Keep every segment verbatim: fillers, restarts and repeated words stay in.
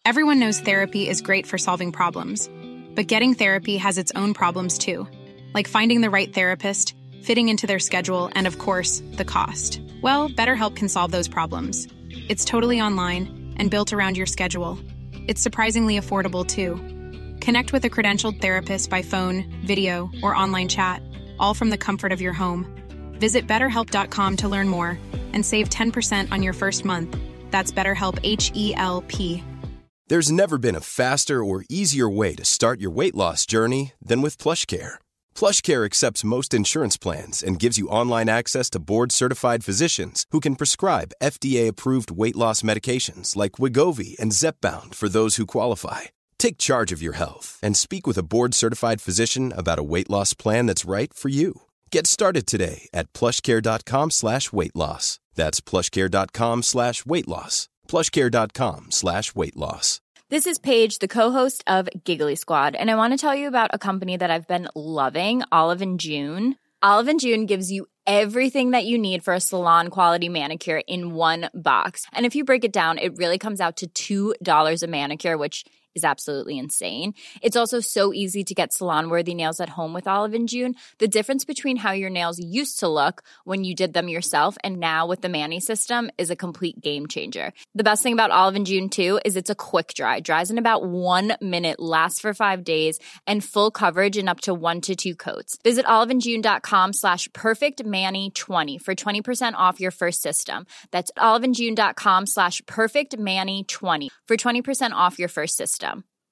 Everyone knows therapy is great for solving problems, but getting therapy has its own problems too, like finding the right therapist, fitting into their schedule, and of course, the cost. Well, BetterHelp can solve those problems. It's totally online and built around your schedule. It's surprisingly affordable too. Connect with a credentialed therapist by phone, video, or online chat, all from the comfort of your home. Visit better help dot com to learn more and save ten percent on your first month. That's BetterHelp, H E L P. There's never been a faster or easier way to start your weight loss journey than with PlushCare. PlushCare accepts most insurance plans and gives you online access to board-certified physicians who can prescribe F D A-approved weight loss medications like Wegovy and Zepbound for those who qualify. Take charge of your health and speak with a board-certified physician about a weight loss plan that's right for you. Get started today at plushcare.com slash weight loss. That's plushcare.com slash weight loss. plushcare.com slash weight loss. This is Paige, the co-host of Giggly Squad, and I want to tell you about a company that I've been loving, Olive and June. Olive and June gives you everything that you need for a salon-quality manicure in one box. And if you break it down, it really comes out to two dollars a manicure, which is absolutely insane. It's also so easy to get salon-worthy nails at home with Olive and June. The difference between how your nails used to look when you did them yourself and now with the Mani system is a complete game changer. The best thing about Olive and June, too, is it's a quick dry. Dries in about one minute, lasts for five days, and full coverage in up to one to two coats. Visit oliveandjune.com slash perfectmani20 for twenty percent off your first system. That's oliveandjune.com slash perfectmani20 for twenty percent off your first system.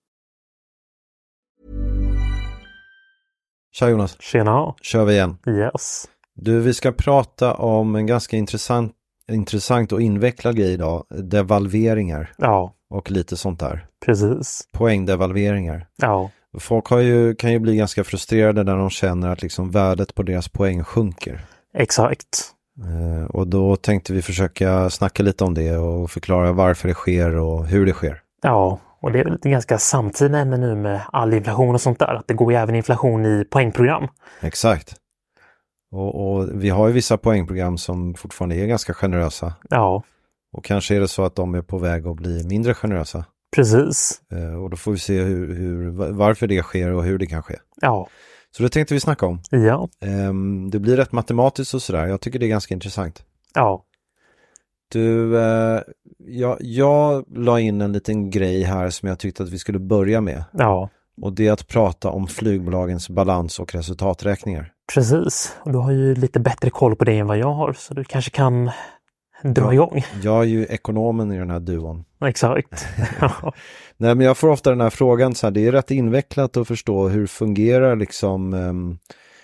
Tja Jonas. Tjena. Kör vi igen. Yes. Du, vi ska prata om en ganska intressant, intressant och invecklad grej idag. Devalveringar. Ja. Och lite sånt där. Precis. Poängdevalveringar. Ja. Folk har ju, kan ju bli ganska frustrerade när de känner att liksom värdet på deras poäng sjunker. Exakt. Eh, och då tänkte vi försöka snacka lite om det och förklara varför det sker och hur det sker. Ja. Och det är väl ett ganska samtida ämne nu med all inflation och sånt där. Att det går ju även inflation i poängprogram. Exakt. Och, och vi har ju vissa poängprogram som fortfarande är ganska generösa. Ja. Och kanske är det så att de är på väg att bli mindre generösa. Precis. Eh, och då får vi se hur, hur, varför det sker och hur det kan ske. Ja. Så det tänkte vi snacka om. Ja. Eh, det blir rätt matematiskt och sådär. Jag tycker det är ganska intressant. Ja. Du, eh, jag, jag la in en liten grej här som jag tyckte att vi skulle börja med. Ja. Och det är att prata om flygbolagens balans- och resultaträkningar. Precis. Och du har ju lite bättre koll på det än vad jag har. Så du kanske kan dra ja, igång. Jag är ju ekonomen i den här duon. Exakt. Nej, men jag får ofta den här frågan så här, det är rätt invecklat att förstå hur fungerar liksom um,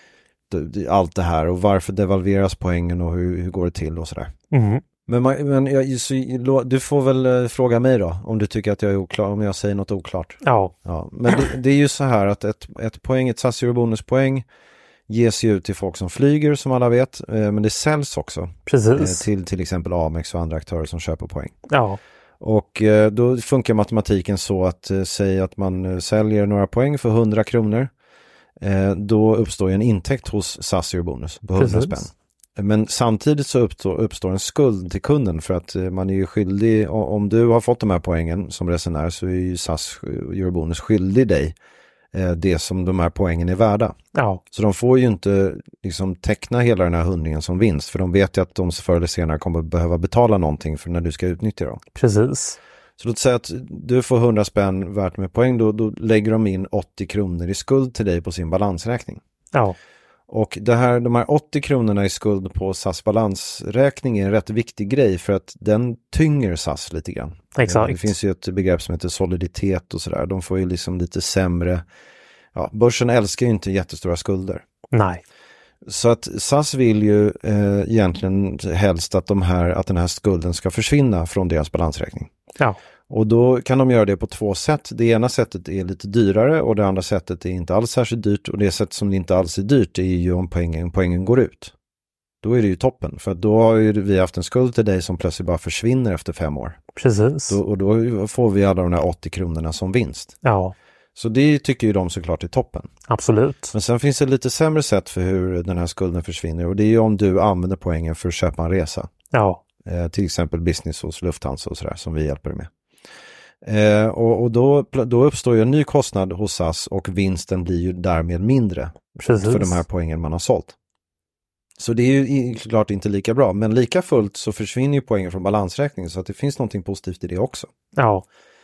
allt det här och varför devalveras poängen och hur, hur går det till och sådär. Mm. Men, man, men jag, så, du får väl uh, fråga mig då om du tycker att jag är oklar, om jag säger något oklart. Ja. Ja, men det, det är ju så här att ett, ett poäng, ett S A S bonuspoäng ges ju ut till folk som flyger som alla vet, eh, men det säljs också. Precis. Eh, till till exempel Amex och andra aktörer som köper poäng. Ja. Och eh, då funkar matematiken så att eh, säga att man eh, säljer några poäng för hundra kronor. Eh, då uppstår en intäkt hos S A S bonus på hundra spänn. Men samtidigt så uppstår, uppstår en skuld till kunden för att eh, man är ju skyldig, om du har fått de här poängen som resenär så är ju S A S Eurobonus skyldig dig eh, det som de här poängen är värda. Ja. Så de får ju inte liksom teckna hela den här hundringen som vinst, för de vet ju att de förr eller senare kommer behöva betala någonting för när du ska utnyttja dem. Precis. Så låt säga att du får hundra spänn värt med poäng, då, då lägger de in åttio kronor i skuld till dig på sin balansräkning. Ja. Och det här, de här åttio kronorna i skuld på S A S balansräkning är en rätt viktig grej för att den tynger S A S lite grann. Exakt. Det finns ju ett begrepp som heter soliditet och sådär. De får ju liksom lite sämre, ja, börsen älskar ju inte jättestora skulder. Nej. Så att S A S vill ju eh, egentligen helst att, de här, att den här skulden ska försvinna från deras balansräkning. Ja. Och då kan de göra det på två sätt. Det ena sättet är lite dyrare och det andra sättet är inte alls särskilt dyrt. Och det sätt som inte alls är dyrt är ju om poängen, poängen går ut. Då är det ju toppen. För då har ju vi haft en skuld till dig som plötsligt bara försvinner efter fem år. Precis. Då, och då får vi alla de här åttio kronorna som vinst. Ja. Så det tycker ju de såklart är toppen. Absolut. Men sen finns det lite sämre sätt för hur den här skulden försvinner. Och det är ju om du använder poängen för att köpa en resa. Ja. Eh, till exempel business hos Lufthansa och sådär som vi hjälper med. Eh, och och då, då uppstår ju en ny kostnad hos S A S och vinsten blir ju därmed mindre. Precis. För de här poängen man har sålt. Så det är ju klart inte lika bra, men lika fullt så försvinner ju poängen från balansräkningen, så att det finns någonting positivt i det också. Ja.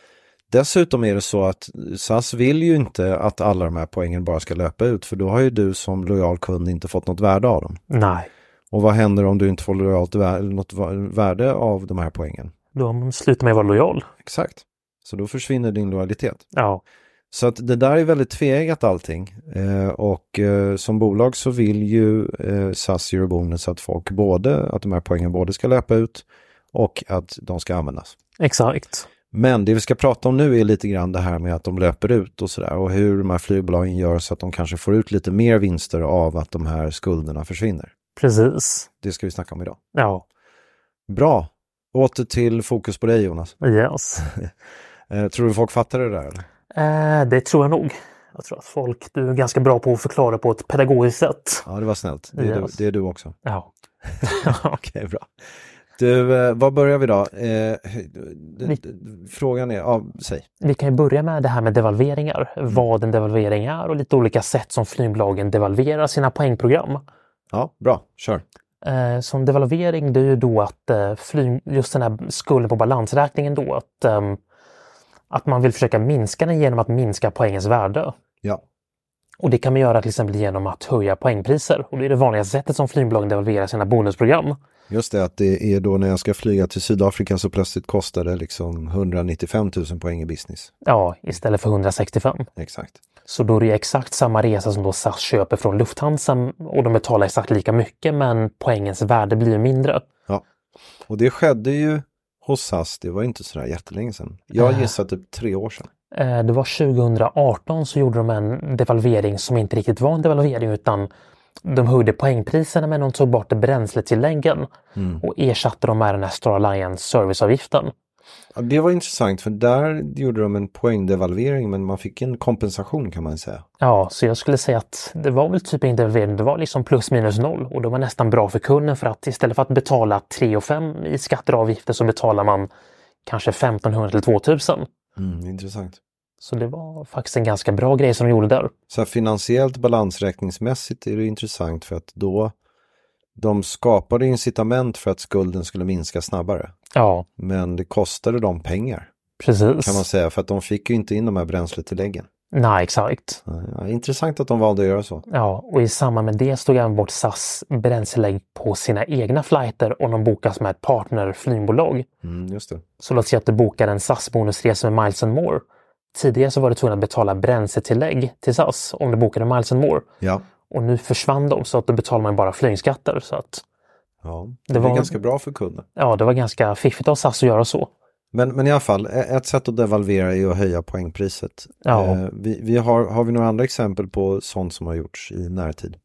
Dessutom är det så att S A S vill ju inte att alla de här poängen bara ska löpa ut, för då har ju du som lojal kund inte fått något värde av dem. Nej. Och vad händer om du inte får lojalt värde, något värde av de här poängen? Då slutar man vara lojal. Exakt. Så då försvinner din lojalitet. Ja. Så att det där är väldigt tveeggat allting. Eh, och eh, som bolag så vill ju eh, S A S Eurobonus att folk både, att de här poängen både ska löpa ut och att de ska användas. Exakt. Men det vi ska prata om nu är lite grann det här med att de löper ut och sådär, och hur de här flygbolagen gör så att de kanske får ut lite mer vinster av att de här skulderna försvinner. Precis. Det ska vi snacka om idag. Ja. Bra. Åter till fokus på dig, Jonas. Yes. Tror du folk fattar det där? Eller? Eh, det tror jag nog. Jag tror att folk, du är ganska bra på att förklara på ett pedagogiskt sätt. Ja, det var snällt. Det är, yes. du, det är du också. Ja. Okej, okay, bra. Du, eh, vad börjar vi då? Eh, vi, frågan är, ja, säg. Vi kan ju börja med det här med devalveringar. Mm. Vad en devalvering är och lite olika sätt som flygbolagen devalverar sina poängprogram. Ja, bra. Kör. Eh, som devalvering, det är ju då att eh, flyg, just den här skulden på balansräkningen då, att, eh, att man vill försöka minska den genom att minska poängens värde. Ja. Och det kan man göra till exempel genom att höja poängpriser. Och det är det vanliga sättet som flygbolagen devalverar sina bonusprogram. Just det, att det är då när jag ska flyga till Sydafrika så plötsligt kostar det liksom etthundranittiofem tusen poäng i business. Ja, istället för hundrasextiofem. Exakt. Så då är det exakt samma resa som då S A S köper från Lufthansa och de betalar exakt lika mycket, men poängens värde blir mindre. Ja, och det skedde ju hos S A S, det var inte sådär jättelänge sedan. Jag gissar typ tre år sedan. Det var tjugohundraarton så gjorde de en devalvering som inte riktigt var en devalvering, utan de höjde poängpriserna men de tog bort bränsletilläggen mm. och ersatte dem med den här Star Alliance serviceavgiften. Ja, det var intressant, för där gjorde de en poängdevalvering, men man fick en kompensation kan man säga. Ja, så jag skulle säga att det var väl typ en devalvering, det var liksom plus minus noll, och det var nästan bra för kunden, för att istället för att betala tre och fem i skatter och avgifter så betalar man kanske femtonhundra till tvåtusen. Mm, intressant. Så det var faktiskt en ganska bra grej som de gjorde där. Så här, finansiellt balansräkningsmässigt är det intressant, för att då de skapade incitament för att skulden skulle minska snabbare. Ja. Men det kostade dem pengar. Precis. Kan man säga, för att de fick ju inte in de här bränsletilläggen. Nej, exakt. Ja, intressant att de valde att göra så. Ja, och i samband med det stod även bort S A S bränslelägg på sina egna flighter om de bokas med ett partnerflygbolag. Mm, just det. Så låt säga att du bokar en S A S-bonusresa med Miles and More. Tidigare så var du tvungen att betala bränsletillägg till S A S om du bokade Miles and More. Ja. Och nu försvann de, så att då betalar man bara flygskatter. Så att ja, det, det var är ganska bra för kunden. Ja, det var ganska fiffigt av S A S att göra så. Men, men i alla fall, ett sätt att devalvera är att höja poängpriset. Ja. Eh, vi, vi har, har vi några andra exempel på sånt som har gjorts i närtid?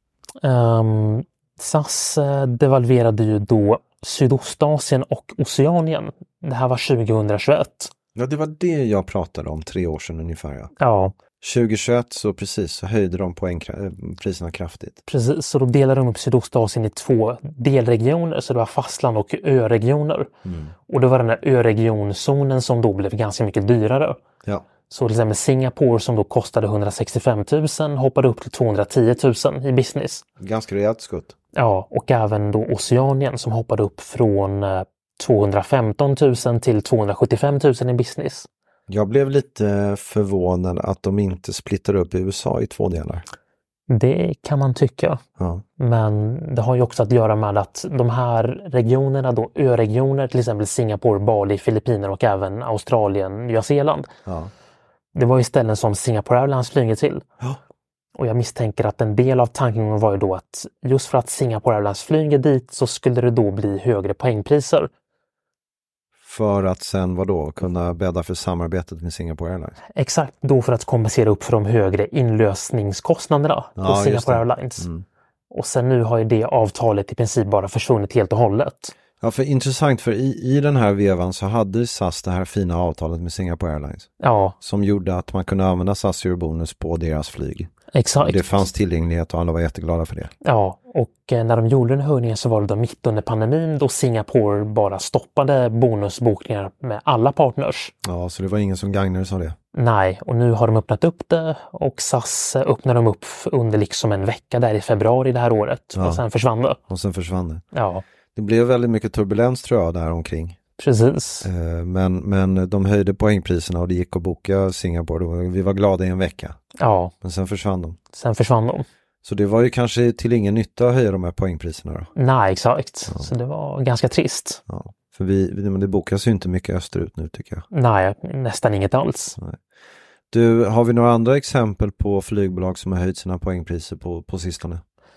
Um, S A S devalverade ju då Sydostasien och Oceanien. Det här var tjugohundratjugoett. Ja, det var det jag pratade om tre år sedan ungefär. Ja. Ja. tjugohundratjugoett så precis så höjde de poängpriserna kraftigt. Precis, så då delade de upp Sydostasien i två delregioner, så det var fastland och öregioner. Mm. Och det var den här öregionzonen som då blev ganska mycket dyrare. Ja. Så till exempel Singapore som då kostade hundrasextiofem tusen hoppade upp till tvåhundratio tusen i business. Ganska rejält skutt. Ja, och även då Oceanien som hoppade upp från tvåhundrafemton tusen till tvåhundrasjuttiofem tusen i business. Jag blev lite förvånad att de inte splittar upp U S A i två delar. Det kan man tycka. Ja. Men det har ju också att göra med att de här regionerna, då öregioner, till exempel Singapore, Bali, Filippinerna och även Australien, Nya Zeeland. Ja. Det var ju ställen som Singapore Airlines flyger till. Ja. Och jag misstänker att en del av tanken var ju då att just för att Singapore Airlines flyger dit så skulle det då bli högre poängpriser. För att sen vadå, kunna bädda för samarbetet med Singapore Airlines? Exakt, då för att kompensera upp för de högre inlösningskostnaderna på ja, Singapore Airlines. Mm. Och sen nu har ju det avtalet i princip bara försvunnit helt och hållet. Ja, för intressant, för i, i den här vevan så hade S A S det här fina avtalet med Singapore Airlines. Ja. Som gjorde att man kunde använda S A S Eurobonus på deras flyg. Exakt. Det fanns tillgänglighet och alla var jätteglada för det. Ja, och när de gjorde den höjningen så var det då mitt under pandemin då Singapore bara stoppade bonusbokningar med alla partners. Ja, så det var ingen som gagnades av det. Nej, och nu har de öppnat upp det och S A S öppnade de upp under liksom en vecka där i februari det här året. Ja. Och sen försvann det. Och sen försvann det. Ja. Det blev väldigt mycket turbulens tror jag där omkring. Precis. Men, men de höjde poängpriserna och det gick att boka Singapore. Vi var glada i en vecka. Ja. Men sen försvann de. Sen försvann de. Så det var ju kanske till ingen nytta att höja de här poängpriserna då? Nej, exakt. Ja. Så det var ganska trist. Ja. För vi, det bokas ju inte mycket österut nu tycker jag. Nej, nästan inget alls. Nej. Du, har vi några andra exempel på flygbolag som har höjt sina poängpriser på, på sistone?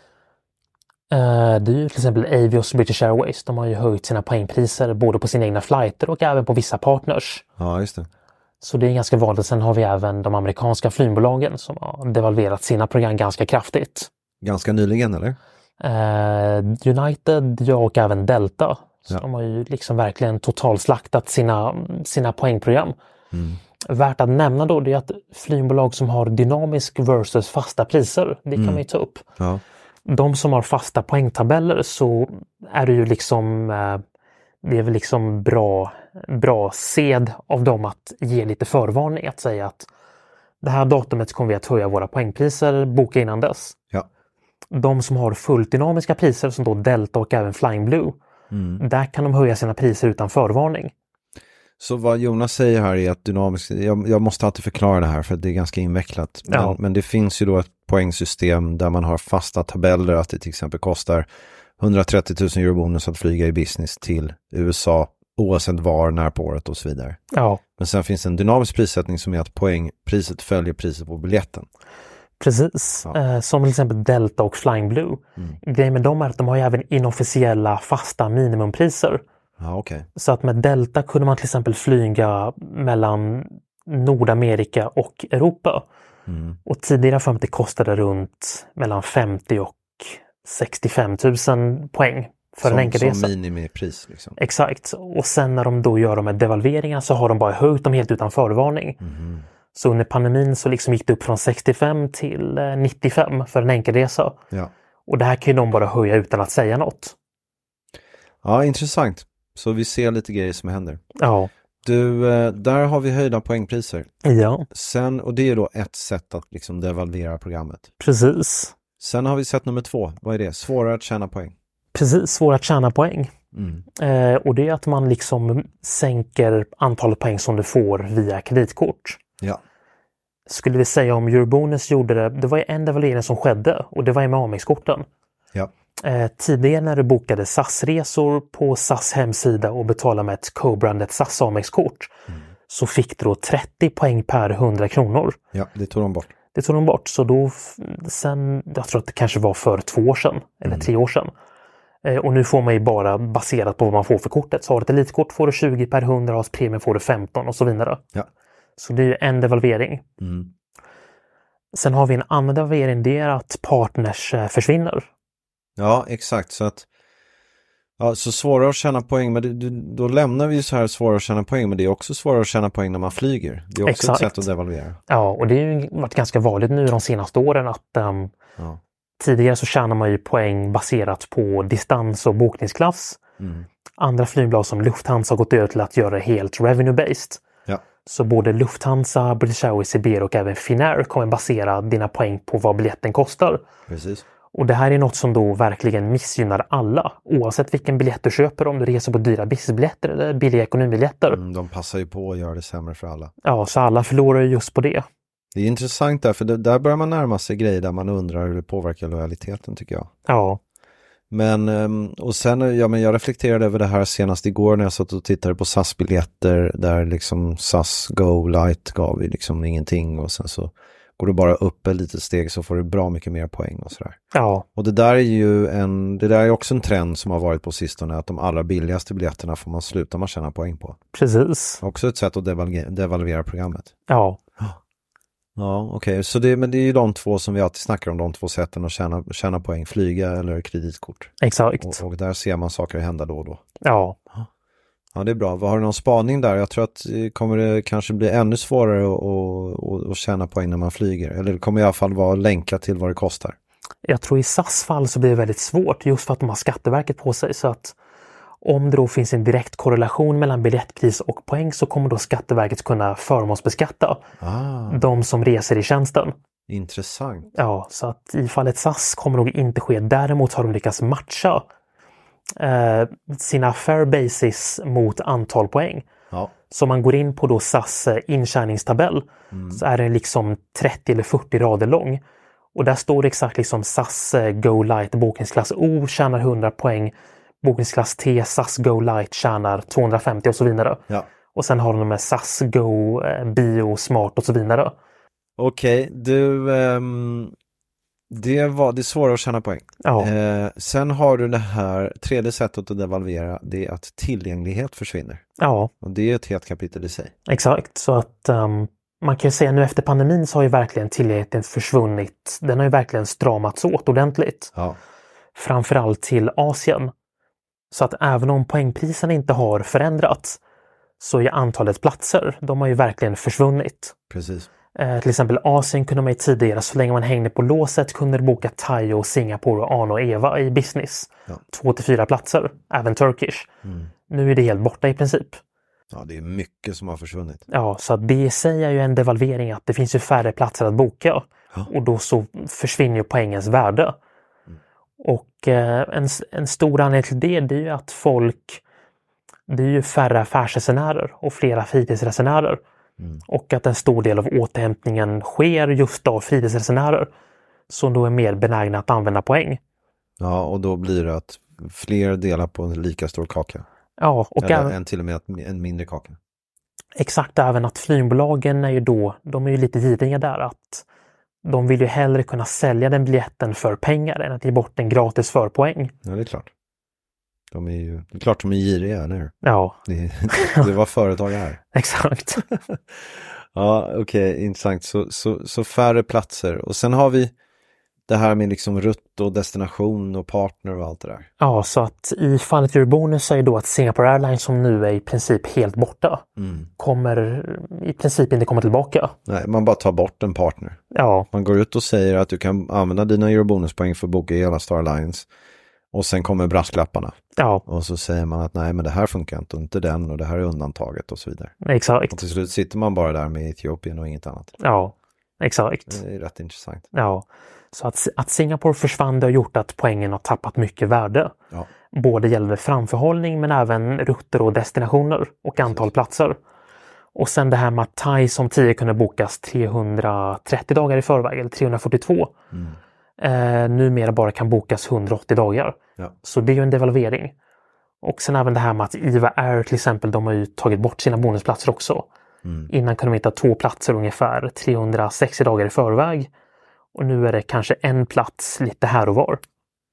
Uh, det är ju till exempel Avios British Airways. De har ju höjt sina poängpriser både på sina egna flighter och även på vissa partners. Ja, just det. Så det är ganska vanligt. Sen har vi även de amerikanska flygbolagen som har devalverat sina program ganska kraftigt. Ganska nyligen, eller? Uh, United, ja, och även Delta. Så ja. De har ju liksom verkligen totalslaktat sina, sina poängprogram. Mm. Värt att nämna då det är att flygbolag som har dynamisk versus fasta priser, det kan mm. vi ta upp. Ja. De som har fasta poängtabeller så är det ju liksom eh, det är väl liksom bra, bra sed av dem att ge lite förvarning, att säga att det här datumet kommer vi att höja våra poängpriser, boka innan dess. Ja. De som har fullt dynamiska priser som då Delta och även Flying Blue, mm. där kan de höja sina priser utan förvarning. Så vad Jonas säger här är att dynamiskt, jag, jag måste alltid förklara det här för det är ganska invecklat. Men, ja. men det finns ju då ett poängsystem där man har fasta tabeller att det till exempel kostar hundratrettio tusen euro bonus att flyga i business till U S A oavsett var, när på året och så vidare. Ja. Men sen finns en dynamisk prissättning som är att poängpriset följer priset på biljetten. Precis, ja. eh, som till exempel Delta och Flying Blue. Mm. Grejen med dem är att de har ju även inofficiella fasta minimumpriser. Ja, okay. Så att med Delta kunde man till exempel flyga mellan Nordamerika och Europa. Mm. Och tidigare för att det kostade runt mellan femtio och sextiofem tusen poäng för som, en enkel resa. Som minimipris liksom. Exakt. Och sen när de då gör de här devalveringarna så har de bara höjt dem helt utan förvarning. Mm. Så under pandemin så liksom gick det upp från sextiofem till nittiofem för en enkel resa. Ja. Och det här kan ju de bara höja utan att säga något. Ja, intressant. Så vi ser lite grejer som händer. Ja. Du, där har vi höjda poängpriser. Ja. Sen, och det är då ett sätt att liksom devalvera programmet. Precis. Sen har vi sett nummer två. Vad är det? Svårare att tjäna poäng. Precis, svårare att tjäna poäng. Mm. Eh, och det är att man liksom sänker antalet poäng som du får via kreditkort. Ja. Skulle vi säga om Eurobonus gjorde det, det var ju en devalvering som skedde och det var ju med Amex-korten. Ja. Eh, tidigare när du bokade S A S-resor på S A S hemsida och betalade med ett co-brandet S A S Amex-kort mm. så fick du då trettio poäng per hundra kronor. Ja, det tog de bort. Det tog de bort, så då sen, jag tror att det kanske var för två år sedan eller mm. tre år sedan. Eh, och nu får man ju bara baserat på vad man får för kortet. Så har du ett elitkort får du tjugo per hundra, har premium får du femton och så vidare. Ja. Så det är ju en devalvering. Mm. Sen har vi en annan devalvering, det är att partners eh, försvinner. Ja, exakt. Så att ja, så svårare att tjäna poäng, men det, då lämnar vi ju så här svårare att tjäna poäng, men det är också svårare att tjäna poäng när man flyger. Det är också exakt. Ett sätt att devalvera. Ja, och det har ju varit ganska vanligt nu de senaste åren att um, ja. tidigare så tjänar man ju poäng baserat på distans och bokningsklass. Mm. Andra flygbolag som Lufthansa har gått över till att göra det helt revenue-based. Ja. Så både Lufthansa, British Airways, Iberia och även Finnair kommer basera dina poäng på vad biljetten kostar. Precis. Och det här är något som då verkligen missgynnar alla. Oavsett vilken biljett du köper, om du reser på dyra businessbiljetter eller billiga ekonomibiljetter. Mm, de passar ju på att göra det sämre för alla. Ja, så alla förlorar just på det. Det är intressant där, för det, där börjar man närma sig grejer där man undrar hur det påverkar lojaliteten tycker jag. Ja. Men, och sen, ja men jag reflekterade över det här senast igår när jag satt och tittade på S A S-biljetter där liksom S A S Go Light gav ju liksom ingenting och sen så går du bara upp ett litet steg så får du bra mycket mer poäng och sådär. Ja. Och det där är ju en, det där är också en trend som har varit på sistone, att de allra billigaste biljetterna får man sluta man tjäna poäng på. Precis. Också ett sätt att devalvera, devalvera programmet. Ja. Ja, okej. Okay. Så det, men det är ju de två som vi alltid snackar om, de två sätten att tjäna, tjäna poäng, flyga eller kreditkort. Exakt. Och, och där ser man saker hända då och då. Ja. Ja, det är bra. Vad har du någon spaning där? Jag tror att det kommer det kanske bli ännu svårare att, att, att tjäna poäng när man flyger. Eller det kommer i alla fall vara länkat till vad det kostar. Jag tror i S A S fall så blir det väldigt svårt just för att de har Skatteverket på sig. Så att om det då finns en direkt korrelation mellan biljettpris och poäng så kommer då Skatteverket kunna förmånsbeskatta ah. de som reser i tjänsten. Intressant. Ja, så att i fallet S A S kommer nog inte ske. Däremot har de lyckats matcha eh, sina fair basis mot antal poäng. Ja. Så om man går in på då S A S intjäningstabell mm. så är den liksom trettio eller fyrtio rader lång. Och där står det exakt liksom S A S Go Light bokningsklass O tjänar hundra poäng. Bokningsklass T S A S Go Light tjänar tvåhundrafemtio och så vidare. Ja. Och sen har de med S A S Go Bio Smart och så vidare. Okej, okay, du um, det var det svåra att tjäna poäng. Ja. Eh, sen har du det här tredje sättet att devalvera, det är att tillgänglighet försvinner. Ja. Och det är ett helt kapitel i sig. Exakt, så att um, man kan ju säga nu efter pandemin så har ju verkligen tillgängligheten försvunnit. Den har ju verkligen stramats åt ordentligt. Ja. Framförallt till Asien. Så att även om poängpriserna inte har förändrats så är antalet platser, de har ju verkligen försvunnit. Precis. Eh, till exempel Asien kunde man ju tidigare, så länge man hängde på låset, kunde du boka Thai och Singapore och Arne och Eva i business. Ja. Två till fyra platser, även Turkish. Mm. Nu är det helt borta i princip. Ja, det är mycket som har försvunnit. Ja, så att det säger ju en devalvering att det finns ju färre platser att boka. Ja. Och då så försvinner ju poängens värde. Mm. Och eh, en, en stor anledning till det, det är ju att folk, det är ju färre affärsresenärer och flera fritidsresenärer. Mm. Och att en stor del av återhämtningen sker just av fritidsresenärer som då är mer benägna att använda poäng. Ja, och då blir det att fler delar på en lika stor kaka. Ja, och eller även, en till och med en mindre kaka. Exakt, även att flygbolagen är ju då, de är ju lite giriga där att de vill ju hellre kunna sälja den biljetten för pengar än att ge bort den gratis för poäng. Ja, det är klart. De är ju, det är klart de är giriga, eller hur? Ja. Det, det var företag här. Exakt. Ja, okej, okay, intressant. Så, så, så färre platser. Och sen har vi det här med liksom rutt och destination och partner och allt det där. Ja, så att i fallet Eurobonus är då att Singapore Airlines, som nu är i princip helt borta, mm. kommer i princip inte komma tillbaka. Nej, man bara tar bort en partner. Ja. Man går ut och säger att du kan använda dina Eurobonuspoäng för att boka i hela Star Alliance. Och sen kommer brasklapparna. Ja. Och så säger man att nej, men det här funkar inte och inte den och det här är undantaget och så vidare. Exakt. Och till slut sitter man bara där med Etiopien och inget annat. Ja, exakt. Det är rätt intressant. Ja, så att, att Singapore försvann, det har gjort att poängen har tappat mycket värde. Ja. Både gäller framförhållning men även rutter och destinationer och antal Precis. platser. Och sen det här med att Thai som tio kunde bokas trehundratrettio dagar i förväg eller trehundrafyrtiotvå. Mm. Eh, numera bara kan bokas hundraåttio dagar. Ja. Så det är ju en devalvering. Och sen även det här med att Iva Air till exempel, de har ju tagit bort sina bonusplatser också. Mm. Innan kunde de inte ha två platser ungefär trehundrasextio dagar i förväg. Och nu är det kanske en plats lite här och var.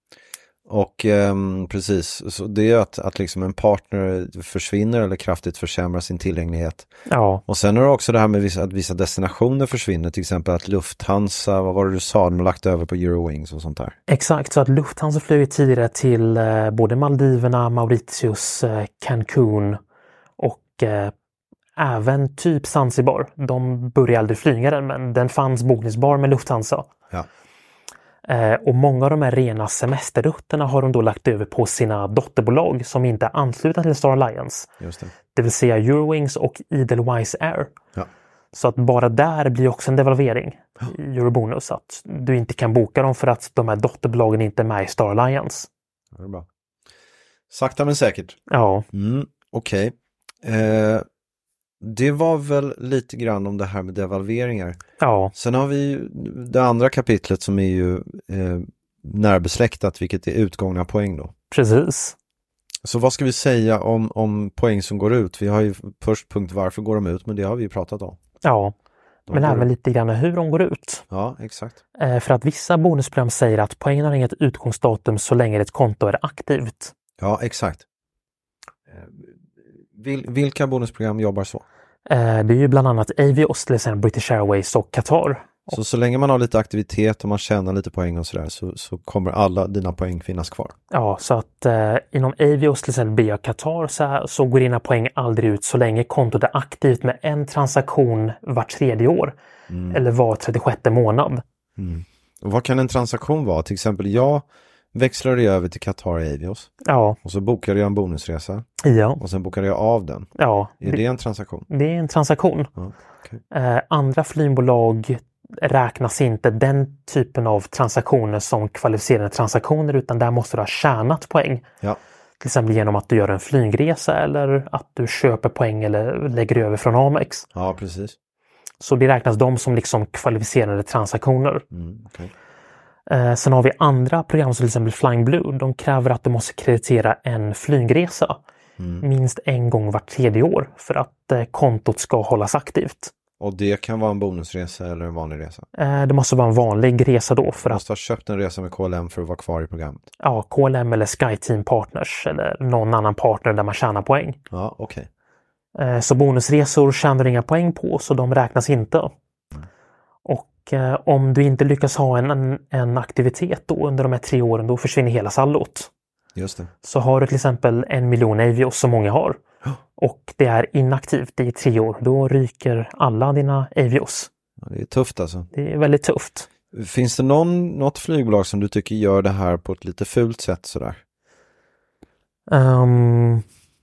Och eh, precis, så det är att, att liksom en partner försvinner eller kraftigt försämrar sin tillgänglighet. Ja. Och sen är det också det här med vissa, att vissa destinationer försvinner. Till exempel att Lufthansa, vad var det du sa, de har lagt över på Eurowings och sånt där. Exakt, så att Lufthansa flög tidigare till eh, både Maldiverna, Mauritius, eh, Cancun och eh, även typ Zanzibar. De började aldrig flyga den, men den fanns bokningsbar med Lufthansa. Ja. Eh, och många av de här rena semesterrutterna har de då lagt över på sina dotterbolag som inte är anslutna till Star Alliance. Just det. Det vill säga Eurowings och Edelweiss Air. Ja. Så att bara där blir också en devalvering i Eurobonus. Att du inte kan boka dem för att de här dotterbolagen inte är med i Star Alliance. Det är bra. Sakta men säkert. Ja. Mm, Okej. Okay. Eh, det var väl lite grann om det här med devalveringar. Ja. Sen har vi ju det andra kapitlet som är ju eh, närbesläktat, vilket är utgångna poäng då. Precis. Så vad ska vi säga om, om poäng som går ut? Vi har ju först punkt varför går de ut, men det har vi ju pratat om. Ja, de men även ut. lite grann hur de går ut. Ja, exakt. Eh, för att vissa bonusprogram säger att poängen har inget utgångsdatum så länge ett konto är aktivt. Ja, exakt. Eh, vil, vilka bonusprogram jobbar så? Eh, det är ju bland annat Avios, till exempel British Airways och Qatar. Så så länge man har lite aktivitet och man tjänar lite poäng och sådär så, så kommer alla dina poäng finnas kvar. Ja, så att eh, inom Avios, till exempel B A Qatar, så, så går dina poäng aldrig ut så länge kontot är aktivt med en transaktion var tredje år. Mm. Eller var trettiosjätte månad. Mm. Och vad kan en transaktion vara? Till exempel jag växlade över till Qatar Avios. Ja. Och så bokade jag en bonusresa. Ja. Och sen bokade jag av den. Ja. Är det, det en transaktion? Det är en transaktion. Ja, okay. eh, andra flygbolag räknas inte den typen av transaktioner som kvalificerade transaktioner, utan där måste du ha tjänat poäng. Ja. Till exempel genom att du gör en flygresa eller att du köper poäng eller lägger över från Amex. Ja, precis. Så det räknas de som liksom kvalificerade transaktioner. Mm, okay. eh, sen har vi andra program som till exempel Flying Blue. De kräver att du måste kreditera en flygresa mm. minst en gång var tredje år för att eh, kontot ska hållas aktivt. Och det kan vara en bonusresa eller en vanlig resa? Eh, det måste vara en vanlig resa då. För du måste att, ha köpt en resa med K L M för att vara kvar i programmet? Ja, K L M eller SkyTeam Partners eller någon annan partner där man tjänar poäng. Ja, okej. Okay. Eh, så bonusresor tjänar du inga poäng på, så de räknas inte. Mm. Och eh, om du inte lyckas ha en, en, en aktivitet då under de här tre åren, då försvinner hela saldot. Just det. Så har du till exempel en miljon Avios som många har. Och det är inaktivt i tre år. Då ryker alla dina Avios. Ja, det är tufft alltså. Det är väldigt tufft. Finns det någon, något flygbolag som du tycker gör det här på ett lite fult sätt sådär? Um,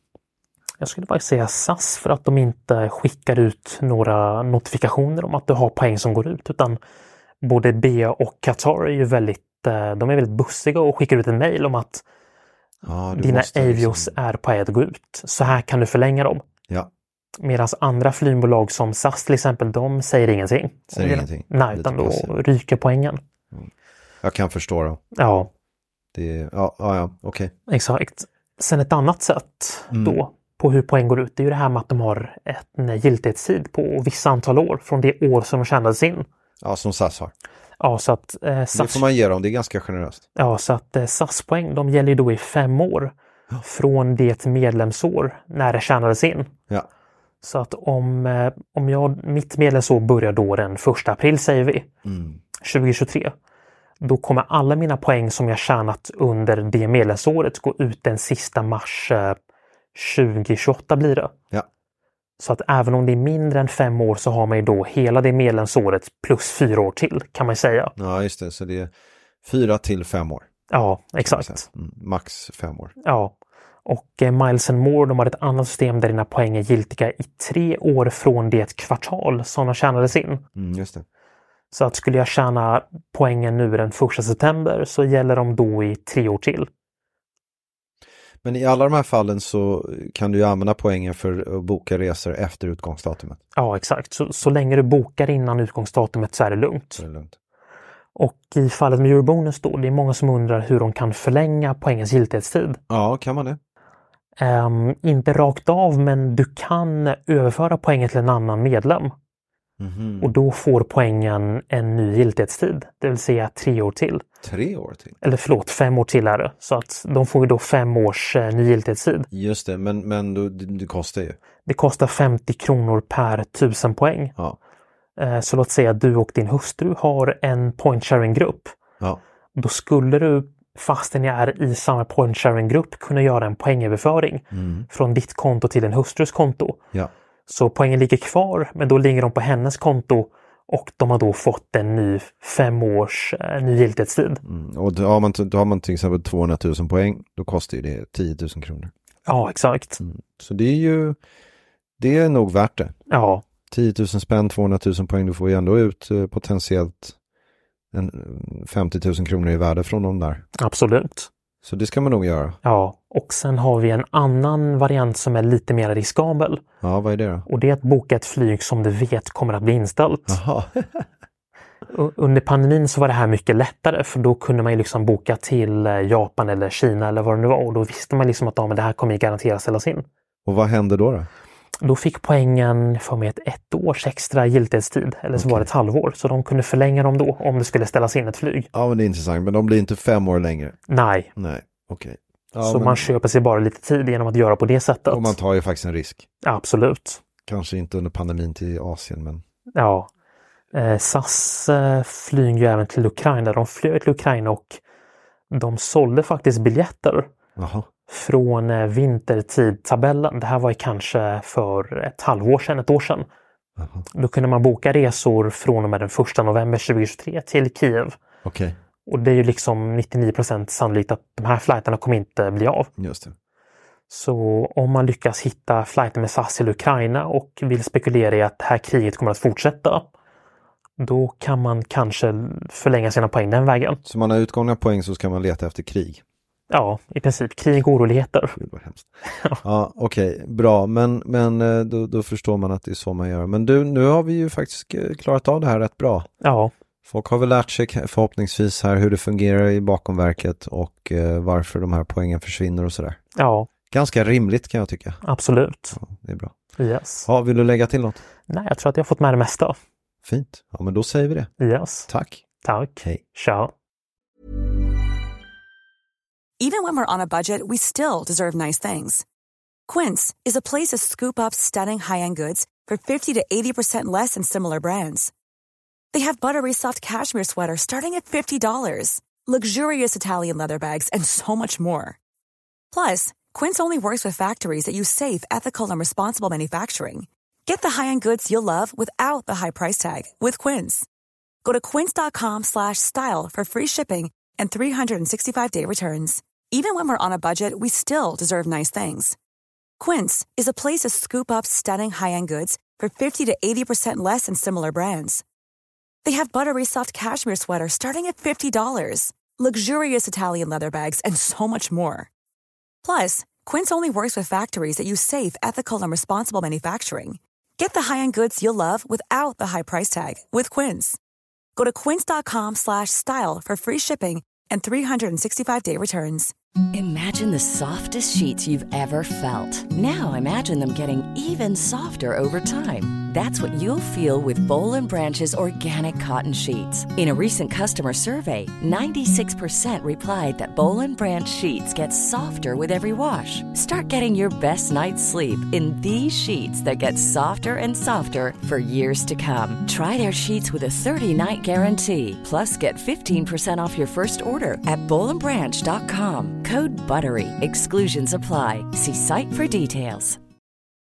jag skulle bara säga S A S, för att de inte skickar ut några notifikationer om att du har poäng som går ut. Utan både B A och Qatar är ju väldigt, de är väldigt bussiga och skickar ut en mejl om att ja, dina Avios liksom är på att gå ut. Så här kan du förlänga dem. Ja. Medan andra flygbolag som S A S till exempel, de säger ingenting. Säger ingenting. Nej, utan då ryker poängen. Mm. Jag kan förstå då. Ja. Det är, ja, ja, ja okej. Okay. Exakt. Sen ett annat sätt mm. då på hur poäng går ut, det är ju det här med att de har en giltighetstid på vissa antal år från det år som de tjänades in. Ja, som S A S har. Ja, så att eh, S A S... Det får man ge dem, det är ganska generöst. Ja, så att eh, S A S-poäng, de gäller ju då i fem år ja. Från det medlemsår när det tjänades in. Ja. Så att om, eh, om jag, mitt medlemsår börjar då den första april säger vi, mm. tjugohundratjugotre, då kommer alla mina poäng som jag tjänat under det medlemsåret gå ut den sista mars eh, tjugohundratjugoåtta blir det. Ja. Så att även om det är mindre än fem år så har man ju då hela det medlemsåret plus fyra år till, kan man säga. Ja, just det. Så det är fyra till fem år. Ja, exakt. Mm, max fem år. Ja. Och eh, Miles and More, de har ett annat system där dina poäng är giltiga i tre år från det kvartal som de tjänades in. Mm, just det. Så att skulle jag tjäna poängen nu den första september så gäller de då i tre år till. Men i alla de här fallen så kan du ju använda poängen för att boka resor efter utgångsdatumet. Ja, exakt. Så, så länge du bokar innan utgångsdatumet så är det lugnt. Så är det lugnt. Och i fallet med Eurobonus då, det är många som undrar hur de kan förlänga poängens giltighetstid. Ja, kan man det? Um, inte rakt av, men du kan överföra poängen till en annan medlem. Mm-hmm. Och då får poängen en ny giltighetstid, det vill säga tre år till. Tre år till? Eller förlåt, fem år till är det. Så att de får ju då fem års eh, ny giltighetstid. Just det, men, men då, det, det kostar ju. Det kostar femtio kronor per tusen poäng. Ja. Eh, så låt säga att du och din hustru har en point sharing-grupp. Ja. Då skulle du, fastän jag är i samma point sharing-grupp, kunna göra en poängöverföring mm. från ditt konto till din hustrus konto. Ja. Så poängen ligger kvar, men då ligger de på hennes konto och de har då fått en ny fem års eh, ny giltighetstid. Mm. Och då har, man, då har man till exempel tvåhundratusen poäng, då kostar det tio tusen kronor. Ja, exakt. Mm. Så det är ju, det är nog värt det. Ja. tio tusen spänn, tvåhundratusen poäng, du får ju ändå ut eh, potentiellt en femtio tusen kronor i värde från de där. Absolut. Så det ska man nog göra. Ja, och sen har vi en annan variant som är lite mer riskabel. Ja, vad är det då? Och det är att boka ett flyg som du vet kommer att bli inställt. Jaha. Under pandemin så var det här mycket lättare, för då kunde man ju liksom boka till Japan eller Kina eller vad det nu var. Och då visste man liksom att ja, men det här kommer ju garanterat ställas in. Och vad hände då då? Då fick poängen för mig ett, ett års extra giltighetstid, eller så okay. var det ett halvår. Så de kunde förlänga dem då om det skulle ställas in ett flyg. Ja, men det är intressant. Men de blir inte fem år längre? Nej. Nej, okej. Okay. Ja, så men... man köper sig bara lite tid genom att göra på det sättet. Och man tar ju faktiskt en risk. Absolut. Kanske inte under pandemin till Asien, men... Ja. Eh, S A S eh, flyger ju även till Ukraina. De flög till Ukraina och de sålde faktiskt biljetter Aha. från eh, vintertidtabellen. Det här var ju kanske för ett halvår sedan, ett år sedan. Aha. Då kunde man boka resor från och med den första november tjugohundratjugotre till Kiev. Okej. Och det är ju liksom nittionio procent sannolikt att de här flighterna kommer inte bli av. Just det. Så om man lyckas hitta flighter med S A S till Ukraina och vill spekulera i att det här kriget kommer att fortsätta, då kan man kanske förlänga sina poäng den vägen. Så man har utgångna poäng så ska man leta efter krig? Ja, i princip. Krig och oroligheter. Det var hemskt. Ja, okej. Okay, bra. Men, men då, då förstår man att det är så man gör. Men du, nu har vi ju faktiskt klarat av det här rätt bra. Ja. Folk har väl lärt sig förhoppningsvis här hur det fungerar i bakomverket och eh, varför de här poängen försvinner och sådär. Ja. Ganska rimligt kan jag tycka. Absolut. Ja, det är bra. Yes. Ja, vill du lägga till något? Nej, jag tror att jag har fått med det mesta. Fint. Ja, men då säger vi det. Yes. Tack. Tack. Hej. Ciao. Even when we're on a budget, we still deserve nice things. Quince is a place to scoop up stunning high-end goods for fifty to eighty percent less than similar brands. They have buttery soft cashmere sweaters starting at fifty dollars, luxurious Italian leather bags, and so much more. Plus, Quince only works with factories that use safe, ethical, and responsible manufacturing. Get the high-end goods you'll love without the high price tag with Quince. Go to quince.com slash style for free shipping and three sixty-five day returns. Even when we're on a budget, we still deserve nice things. Quince is a place to scoop up stunning high-end goods for fifty to eighty percent less than similar brands. They have buttery soft cashmere sweaters starting at fifty dollars, luxurious Italian leather bags, and so much more. Plus, Quince only works with factories that use safe, ethical, and responsible manufacturing. Get the high-end goods you'll love without the high price tag with Quince. Go to quince.com slash style for free shipping and three sixty-five day returns. Imagine the softest sheets you've ever felt. Now imagine them getting even softer over time. That's what you'll feel with Boll and Branch's organic cotton sheets. In a recent customer survey, ninety-six percent replied that Boll and Branch sheets get softer with every wash. Start getting your best night's sleep in these sheets that get softer and softer for years to come. Try their sheets with a thirty night guarantee. Plus, get fifteen percent off your first order at boll and branch dot com. Code BUTTERY. Exclusions apply. See site for details.